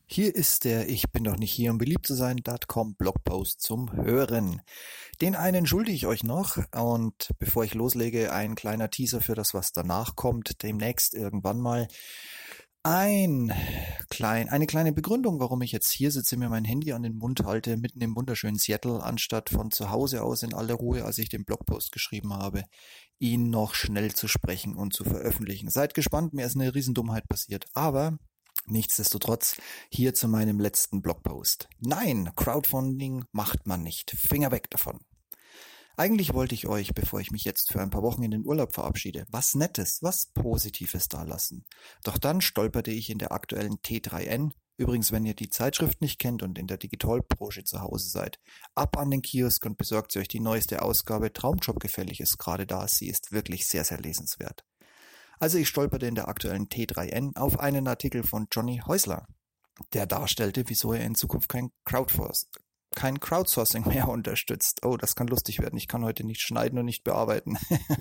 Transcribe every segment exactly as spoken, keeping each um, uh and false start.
Hier ist der Ich bin doch nicht hier, um beliebt zu sein Punkt com Blogpost zum Hören. Den einen schulde ich euch noch und bevor ich loslege, ein kleiner Teaser für das, was danach kommt, demnächst irgendwann mal. Ein klein, eine kleine Begründung, warum ich jetzt hier sitze, mir mein Handy an den Mund halte, mitten im wunderschönen Seattle, anstatt von zu Hause aus in aller Ruhe, als ich den Blogpost geschrieben habe, ihn noch schnell zu sprechen und zu veröffentlichen. Seid gespannt, mir ist eine Riesendummheit passiert, aber nichtsdestotrotz hier zu meinem letzten Blogpost. Nein, Crowdfunding macht man nicht. Finger weg davon. Eigentlich wollte ich euch, bevor ich mich jetzt für ein paar Wochen in den Urlaub verabschiede, was Nettes, was Positives dalassen. Doch dann stolperte ich in der aktuellen T drei N, übrigens, wenn ihr die Zeitschrift nicht kennt und in der Digitalbranche zu Hause seid, ab an den Kiosk und besorgt euch die neueste Ausgabe. Traumjob gefällig ist gerade da, sie ist wirklich sehr, sehr lesenswert. Also ich stolperte in der aktuellen T drei N auf einen Artikel von Johnny Häusler, der darstellte, wieso er in Zukunft kein Crowdforce kein Crowdsourcing mehr unterstützt. Oh, das kann lustig werden. Ich kann heute nicht schneiden und nicht bearbeiten.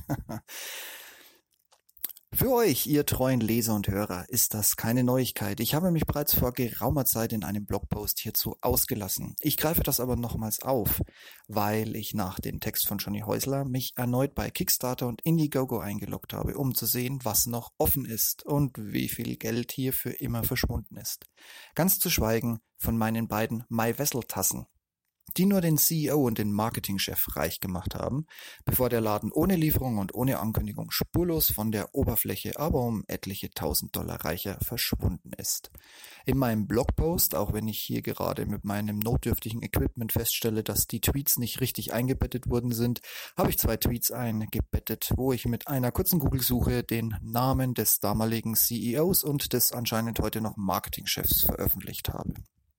Für euch, ihr treuen Leser und Hörer, ist das keine Neuigkeit. Ich habe mich bereits vor geraumer Zeit in einem Blogpost hierzu ausgelassen. Ich greife das aber nochmals auf, weil ich nach dem Text von Johnny Häusler mich erneut bei Kickstarter und Indiegogo eingeloggt habe, um zu sehen, was noch offen ist und wie viel Geld hier für immer verschwunden ist. Ganz zu schweigen von meinen beiden MyVessel-Tassen, die nur den C E O und den Marketingchef reich gemacht haben, bevor der Laden ohne Lieferung und ohne Ankündigung spurlos von der Oberfläche, aber um etliche tausend Dollar reicher verschwunden ist. In meinem Blogpost, auch wenn ich hier gerade mit meinem notdürftigen Equipment feststelle, dass die Tweets nicht richtig eingebettet worden sind, habe ich zwei Tweets eingebettet, wo ich mit einer kurzen Google-Suche den Namen des damaligen C E Os und des anscheinend heute noch Marketingchefs veröffentlicht habe.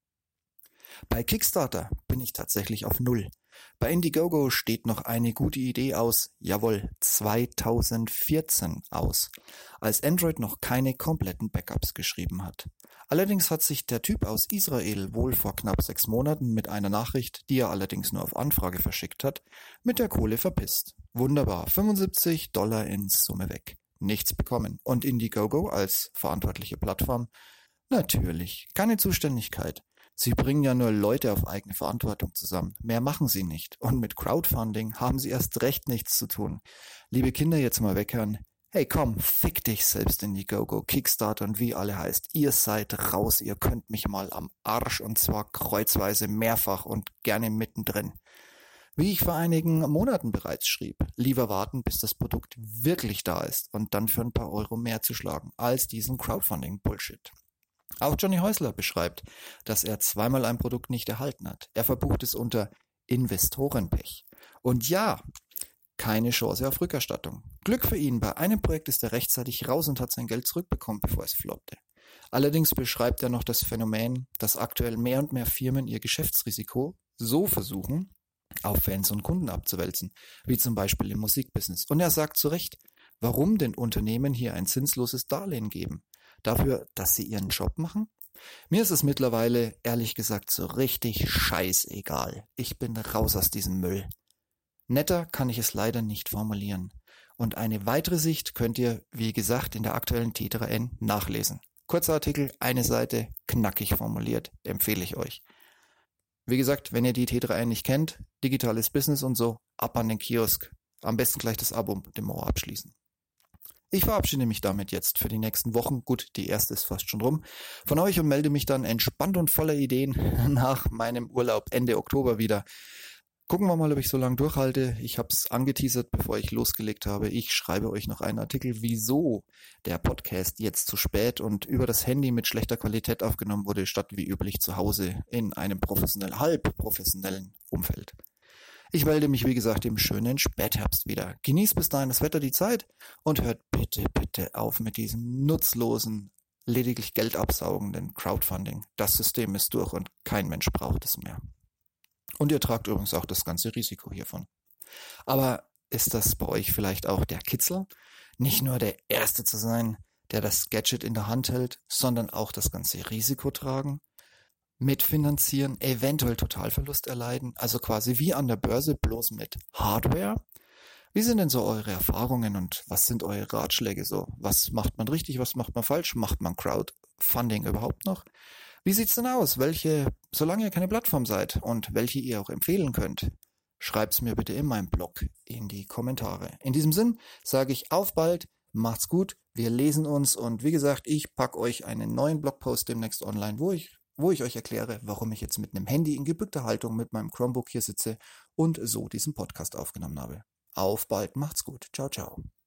Bei Kickstarter bin ich tatsächlich auf Null. Bei Indiegogo steht noch eine gute Idee aus, jawohl, zweitausendvierzehn aus, als Android noch keine kompletten Backups geschrieben hat. Allerdings hat sich der Typ aus Israel wohl vor knapp sechs Monaten mit einer Nachricht, die er allerdings nur auf Anfrage verschickt hat, mit der Kohle verpisst. Wunderbar, fünfundsiebzig Dollar in Summe weg. Nichts bekommen. Und Indiegogo als verantwortliche Plattform? Natürlich, keine Zuständigkeit. Sie bringen ja nur Leute auf eigene Verantwortung zusammen. Mehr machen sie nicht. Und mit Crowdfunding haben sie erst recht nichts zu tun. Liebe Kinder, jetzt mal weghören. Hey komm, fick dich selbst Indiegogo, Kickstarter und wie alle heißt. Ihr seid raus, ihr könnt mich mal am Arsch und zwar kreuzweise mehrfach und gerne mittendrin. Wie ich vor einigen Monaten bereits schrieb, lieber warten, bis das Produkt wirklich da ist und dann für ein paar Euro mehr zu schlagen, als diesen Crowdfunding-Bullshit. Auch Johnny Häusler beschreibt, dass er zweimal ein Produkt nicht erhalten hat. Er verbucht es unter Investorenpech. Und ja, keine Chance auf Rückerstattung. Glück für ihn, bei einem Projekt ist er rechtzeitig raus und hat sein Geld zurückbekommen, bevor es floppte. Allerdings beschreibt er noch das Phänomen, dass aktuell mehr und mehr Firmen ihr Geschäftsrisiko so versuchen, auf Fans und Kunden abzuwälzen, wie zum Beispiel im Musikbusiness. Und er sagt zu Recht, warum den Unternehmen hier ein zinsloses Darlehen geben. Dafür, dass sie ihren Job machen? Mir ist es mittlerweile, ehrlich gesagt, so richtig scheißegal. Ich bin raus aus diesem Müll. Netter kann ich es leider nicht formulieren. Und eine weitere Sicht könnt ihr, wie gesagt, in der aktuellen T drei N nachlesen. Kurzer Artikel, eine Seite, knackig formuliert, empfehle ich euch. Wie gesagt, wenn ihr die T drei N nicht kennt, digitales Business und so, ab an den Kiosk. Am besten gleich das Abo mit dem Ohr abschließen. Ich verabschiede mich damit jetzt für die nächsten Wochen, gut, die erste ist fast schon rum, von euch und melde mich dann entspannt und voller Ideen nach meinem Urlaub Ende Oktober wieder. Gucken wir mal, ob ich so lange durchhalte. Ich habe es angeteasert, bevor ich losgelegt habe. Ich schreibe euch noch einen Artikel, wieso der Podcast jetzt zu spät und über das Handy mit schlechter Qualität aufgenommen wurde, statt wie üblich zu Hause in einem professionell, halb professionellen Umfeld. Ich melde mich, wie gesagt, im schönen Spätherbst wieder. Genießt bis dahin das Wetter, die Zeit und hört bitte, bitte auf mit diesem nutzlosen, lediglich Geld absaugenden Crowdfunding. Das System ist durch und kein Mensch braucht es mehr. Und ihr tragt übrigens auch das ganze Risiko hiervon. Aber ist das bei euch vielleicht auch der Kitzel? Nicht nur der Erste zu sein, der das Gadget in der Hand hält, sondern auch das ganze Risiko tragen? Mitfinanzieren, eventuell Totalverlust erleiden, also quasi wie an der Börse, bloß mit Hardware? Wie sind denn so eure Erfahrungen und was sind eure Ratschläge so? Was macht man richtig, was macht man falsch? Macht man Crowdfunding überhaupt noch? Wie sieht's denn aus? Welche, solange ihr keine Plattform seid und welche ihr auch empfehlen könnt, schreibt's mir bitte in meinem Blog in die Kommentare. In diesem Sinn sage ich auf bald, macht's gut, wir lesen uns und wie gesagt, ich packe euch einen neuen Blogpost demnächst online, wo ich, wo ich euch erkläre, warum ich jetzt mit einem Handy in gebückter Haltung mit meinem Chromebook hier sitze und so diesen Podcast aufgenommen habe. Auf bald, macht's gut. Ciao, ciao.